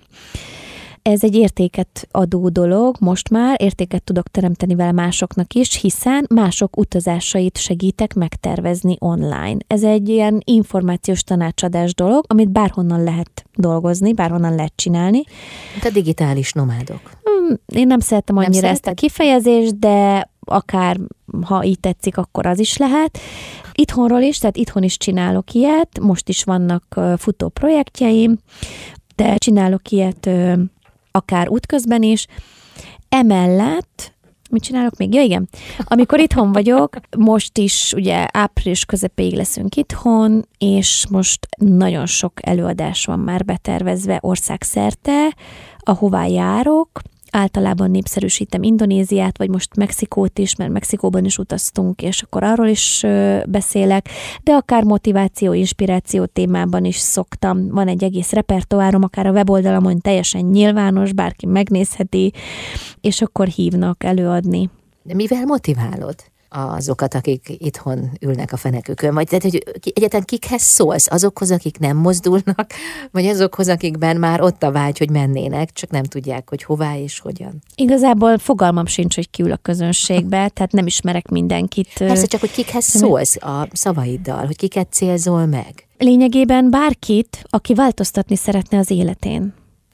ez egy értéket adó dolog, most már értéket tudok teremteni vele másoknak is, hiszen mások utazásait segítek megtervezni online. Ez egy ilyen információs tanácsadás dolog, amit bárhonnan lehet dolgozni, bárhonnan lehet csinálni. A digitális nomádok. Én nem szeretem annyira nem ezt a kifejezést, de akár, ha így tetszik, akkor az is lehet. Itthonról is, tehát itthon is csinálok ilyet, most is vannak futó projektjeim, de csinálok ilyet akár útközben is. Emellett, mit csinálok még? Ja, igen. Amikor itthon vagyok, most is ugye április közepéig leszünk itthon, és most nagyon sok előadás van már betervezve országszerte, ahová járok. Általában népszerűsítem Indonéziát, vagy most Mexikót is, mert Mexikóban is utaztunk, és akkor arról is beszélek, de akár motiváció, inspiráció témában is szoktam. Van egy egész repertoárom, akár a weboldalamon teljesen nyilvános, bárki megnézheti, és akkor hívnak előadni. De mivel motiválod azokat, akik itthon ülnek a fenekükön? Vagy tehát, hogy egyáltalán kikhez szólsz? Azokhoz, akik nem mozdulnak, vagy azokhoz, akikben már ott a vágy, hogy mennének, csak nem tudják, hogy hová és hogyan? Igazából fogalmam sincs, hogy ki ül a közönségbe, tehát nem ismerek mindenkit. Persze, csak hogy kikhez szólsz a szavaiddal, hogy kiket célzol meg? Lényegében bárkit, aki változtatni szeretne az életén.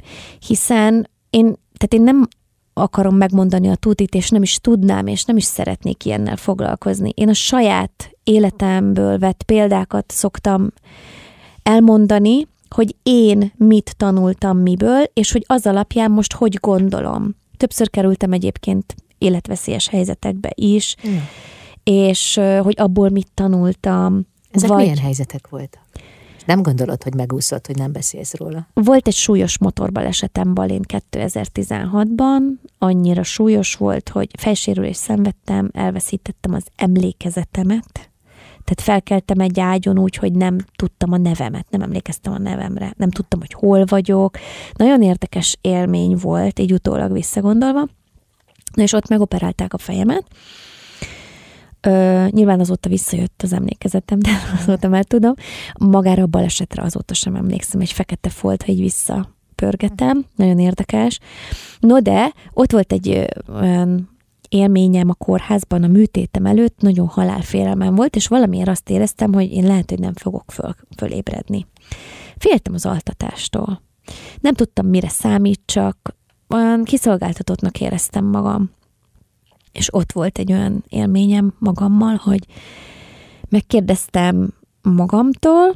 Hiszen én, tehát én nem akarom megmondani a tutit, és nem is tudnám, és nem is szeretnék ilyennel foglalkozni. Én a saját életemből vett példákat szoktam elmondani, hogy én mit tanultam miből, és hogy az alapján most hogy gondolom. Többször kerültem egyébként életveszélyes helyzetekbe is, mm. és hogy abból mit tanultam. Ezek vagy... milyen helyzetek voltak? Nem gondolod, hogy megúszod, hogy nem beszélsz róla? Volt egy súlyos motorbalesetem Balén kétezer-tizenhatban, annyira súlyos volt, hogy fejsérülést szenvedtem, elveszítettem az emlékezetemet, tehát felkeltem egy ágyon úgy, hogy nem tudtam a nevemet, nem emlékeztem a nevemre, nem tudtam, hogy hol vagyok. Nagyon érdekes élmény volt, így utólag visszagondolva. Na és ott megoperálták a fejemet. Ö, nyilván azóta visszajött az emlékezetem, de azóta már tudom. Magára a balesetre azóta sem emlékszem, egy fekete folt, ha így visszapörgetem. Nagyon érdekes. No de, ott volt egy olyan élményem a kórházban, a műtétem előtt, nagyon halálfélelmem volt, és valamiért azt éreztem, hogy én lehet, hogy nem fogok föl, fölébredni. Féltem az altatástól. Nem tudtam, mire számít, csak olyan kiszolgáltatottnak éreztem magam. És ott volt egy olyan élményem magammal, hogy megkérdeztem magamtól,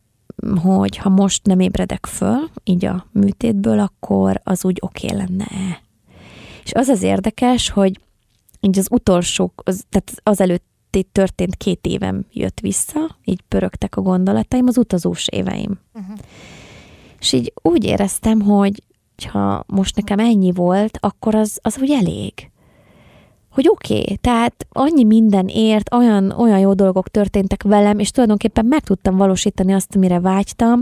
hogy ha most nem ébredek föl, így a műtétből, akkor az úgy oké lenne-e. És az az érdekes, hogy így az utolsó, az, tehát az előtti történt két évem jött vissza, így pörögtek a gondolataim, az utazós éveim. Uh-huh. És így úgy éreztem, hogy ha most nekem ennyi volt, akkor az, az úgy elég. Hogy oké, okay, tehát annyi minden ért, olyan, olyan jó dolgok történtek velem, és tulajdonképpen meg tudtam valósítani azt, amire vágytam.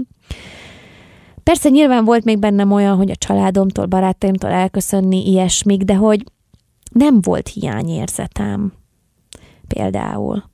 Persze nyilván volt még bennem olyan, hogy a családomtól, barátaimtól elköszönni, ilyesmik, de hogy nem volt hiányérzetem például.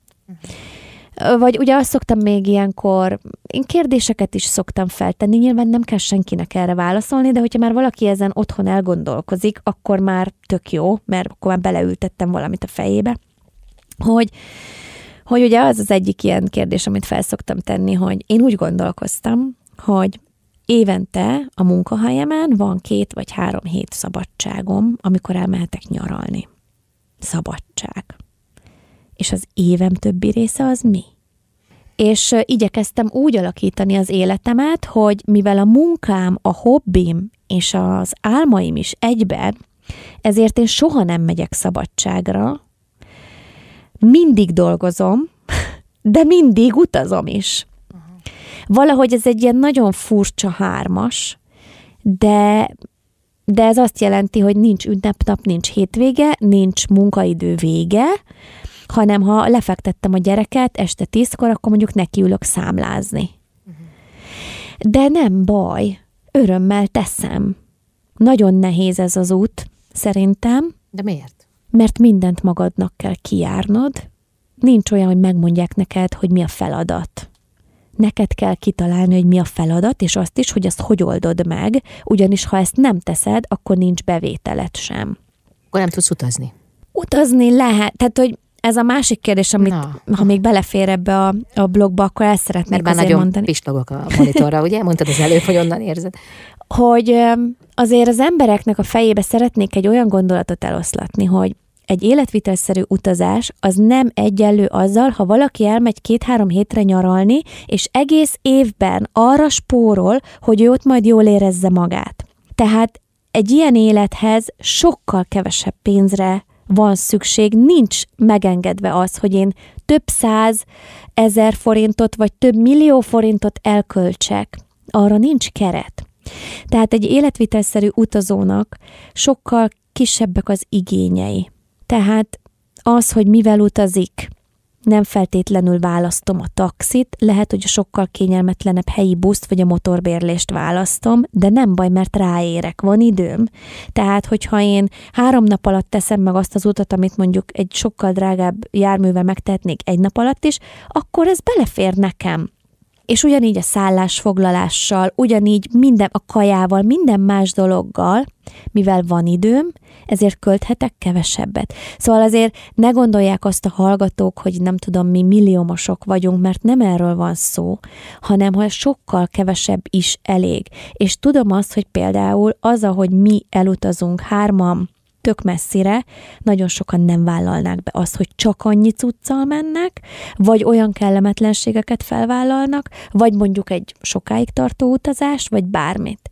Vagy ugye azt szoktam még ilyenkor, én kérdéseket is szoktam feltenni, nyilván nem kell senkinek erre válaszolni, de hogyha már valaki ezen otthon elgondolkozik, akkor már tök jó, mert akkor már beleültettem valamit a fejébe, hogy, hogy ugye az az egyik ilyen kérdés, amit fel szoktam tenni, hogy én úgy gondolkoztam, hogy évente a munkahelyemen van két vagy három hét szabadságom, amikor elmehetek nyaralni. Szabadság. És az évem többi része az mi? És igyekeztem úgy alakítani az életemet, hogy mivel a munkám, a hobbim és az álmaim is egyben, ezért én soha nem megyek szabadságra, mindig dolgozom, de mindig utazom is. Uh-huh. Valahogy ez egy ilyen nagyon furcsa hármas, de, de ez azt jelenti, hogy nincs ünnepnap, nincs hétvége, nincs munkaidő vége, hanem ha lefektettem a gyereket este tízkor, akkor mondjuk nekiülök számlázni. Uh-huh. De nem baj, örömmel teszem. Nagyon nehéz ez az út, szerintem. De miért? Mert mindent magadnak kell kijárnod. Nincs olyan, hogy megmondják neked, hogy mi a feladat. Neked kell kitalálni, hogy mi a feladat, és azt is, hogy azt hogy oldod meg, ugyanis ha ezt nem teszed, akkor nincs bevételed sem. Akkor nem tudsz utazni? Utazni lehet, tehát, hogy ez a másik kérdés, amit Na. ha még belefér ebbe a, a blogba, akkor el szeretnék azért nagyon mondani. Pislogok a monitorra, ugye? Mondtad az előbb, hogy onnan érzed. Hogy azért az embereknek a fejébe szeretnék egy olyan gondolatot eloszlatni, hogy egy életvitelszerű utazás az nem egyenlő azzal, ha valaki elmegy két-három hétre nyaralni, és egész évben arra spórol, hogy ő ott majd jól érezze magát. Tehát egy ilyen élethez sokkal kevesebb pénzre van szükség, nincs megengedve az, hogy én több száz ezer forintot, vagy több millió forintot elköltsek. Arra nincs keret. Tehát egy életvitelszerű utazónak sokkal kisebbek az igényei. Tehát az, hogy mivel utazik, nem feltétlenül választom a taxit, lehet, hogy a sokkal kényelmetlenebb helyi buszt vagy a motorbérlést választom, de nem baj, mert ráérek, van időm. Tehát, hogyha én három nap alatt teszem meg azt az utat, amit mondjuk egy sokkal drágább járművel megtehetnék egy nap alatt is, akkor ez belefér nekem. És ugyanígy a szállásfoglalással, ugyanígy minden a kajával, minden más dologgal, mivel van időm, ezért költhetek kevesebbet. Szóval azért ne gondolják azt a hallgatók, hogy nem tudom, mi milliómosok vagyunk, mert nem erről van szó, hanem hogy sokkal kevesebb is elég. És tudom azt, hogy például az, ahogy mi elutazunk hárman, tök messzire, nagyon sokan nem vállalnák be azt, hogy csak annyi cuccal mennek, vagy olyan kellemetlenségeket felvállalnak, vagy mondjuk egy sokáig tartó utazást, vagy bármit.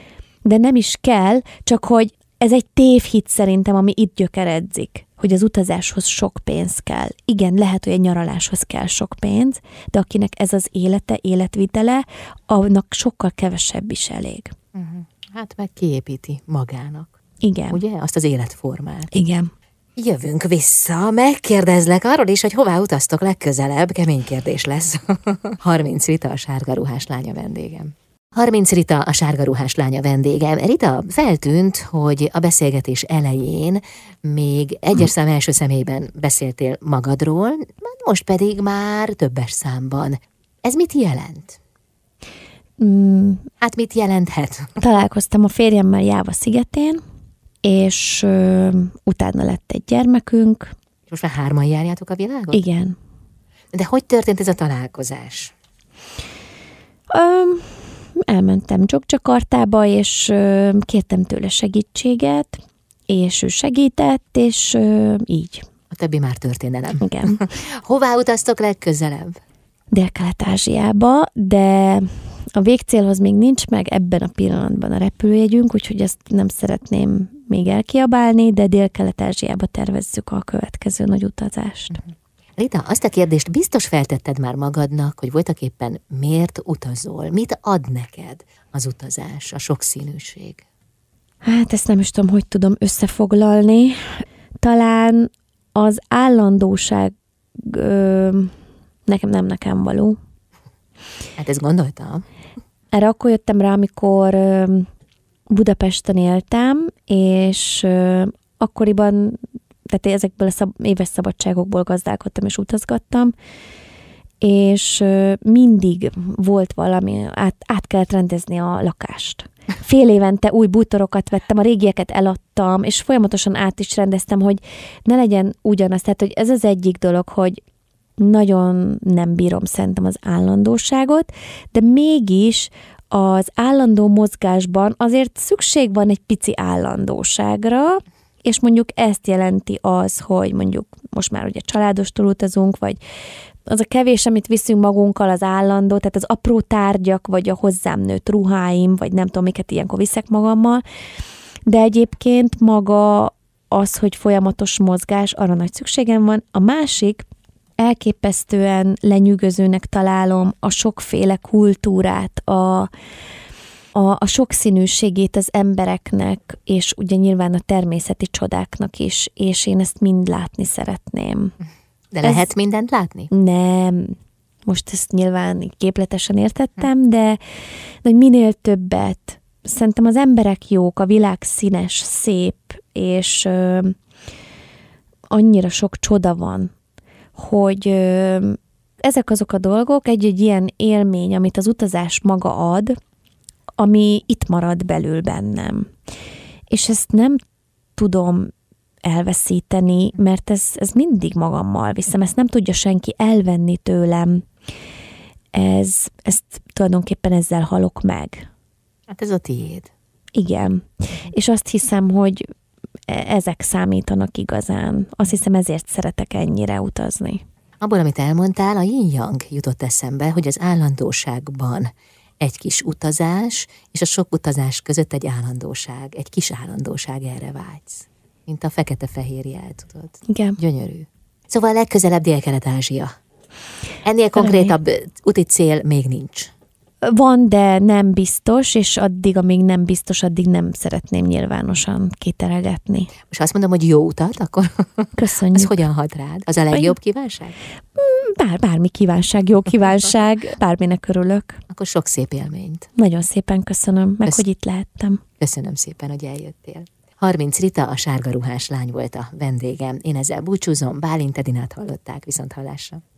De nem is kell, csak hogy ez egy tévhit szerintem, ami itt gyökeredzik, hogy az utazáshoz sok pénz kell. Igen, lehet, hogy egy nyaraláshoz kell sok pénz, de akinek ez az élete, életvitele, annak sokkal kevesebb is elég. Uh-huh. Hát meg kiépíti magának. Igen. Ugye? Azt az életformát. Igen. Jövünk vissza, megkérdezlek arról is, hogy hová utaztok legközelebb, kemény kérdés lesz. harminc Rita, a sárga ruhás lánya vendégem. harminc Rita, a sárga ruhás lánya vendégem. Rita, feltűnt, hogy a beszélgetés elején még egyes szám első személyben beszéltél magadról, most pedig már többes számban. Ez mit jelent? Mm. Hát mit jelenthet? Találkoztam a férjemmel Jáva szigetén, és ö, utána lett egy gyermekünk. És most már hárman járjátok a világot? Igen. De hogy történt ez a találkozás? Ö, elmentem Dzsokdzsakartába, és ö, kértem tőle segítséget, és ő segített, és ö, így. A többi már történelem. Igen. Hová utaztok legközelebb? Dél-Kelet-Ázsiába, de a végcélhoz még nincs meg ebben a pillanatban a repülőjegyünk, úgyhogy ezt nem szeretném még elkiabálni, de Dél-Kelet-Ázsiába tervezzük a következő nagy utazást. Rita, azt a kérdést biztos feltetted már magadnak, hogy voltak éppen miért utazol? Mit ad neked az utazás, a sokszínűség? Hát ezt nem is tudom, hogy tudom összefoglalni. Talán az állandóság ö, nekem nem nekem való. Hát ezt gondoltam. Erre akkor jöttem rá, amikor ö, Budapesten éltem, és ö, akkoriban, tehát ezekből a szab- éves szabadságokból gazdálkodtam és utazgattam, és ö, mindig volt valami, át, át kellett rendezni a lakást. Fél évente új bútorokat vettem, a régieket eladtam, és folyamatosan át is rendeztem, hogy ne legyen ugyanaz. Tehát, hogy ez az egyik dolog, hogy nagyon nem bírom szerintem az állandóságot, de mégis az állandó mozgásban azért szükség van egy pici állandóságra, és mondjuk ezt jelenti az, hogy mondjuk most már ugye családostól utazunk, vagy az a kevés, amit viszünk magunkkal, az állandó, tehát az apró tárgyak, vagy a hozzám nőtt ruháim, vagy nem tudom, miket ilyenkor viszek magammal, de egyébként maga az, hogy folyamatos mozgás, arra nagy szükségem van. A másik, elképesztően lenyűgözőnek találom a sokféle kultúrát, a, a, a sokszínűségét az embereknek, és ugye nyilván a természeti csodáknak is, és én ezt mind látni szeretném. De lehet Ez... mindent látni? Nem. Most ezt nyilván képletesen értettem, de, de hogy minél többet. Szerintem az emberek jók, a világ színes, szép, és ö, annyira sok csoda van, hogy ö, ezek azok a dolgok, egy-egy ilyen élmény, amit az utazás maga ad, ami itt marad belül bennem. És ezt nem tudom elveszíteni, mert ez, ez mindig magammal viszem, ezt nem tudja senki elvenni tőlem. Ez, ezt tulajdonképpen ezzel halok meg. Hát ez a tiéd. Igen. És azt hiszem, hogy ezek számítanak igazán. Azt hiszem, ezért szeretek ennyire utazni. Abból, amit elmondtál, a yin-yang jutott eszembe, hogy az állandóságban egy kis utazás, és a sok utazás között egy állandóság, egy kis állandóság, erre vágysz. Mint a fekete-fehérje, tudod. Igen. Gyönyörű. Szóval legközelebb Dél-Kelet-Ázsia. Ennél konkrétabb úti cél még nincs. Van, de nem biztos, és addig, amíg nem biztos, addig nem szeretném nyilvánosan kiteregetni. Most azt mondom, hogy jó utat, akkor köszönjük. Az hogyan hat rád? Az a legjobb kívánság? Bár, bármi kívánság, jó kívánság, bárminek örülök. Akkor sok szép élményt. Nagyon szépen köszönöm, meg Kösz... hogy itt lehettem. Köszönöm szépen, hogy eljöttél. Harminc Rita, a sárga ruhás lány volt a vendégem. Én ezzel búcsúzom, Bálint Edinát hallották, viszont hallásra.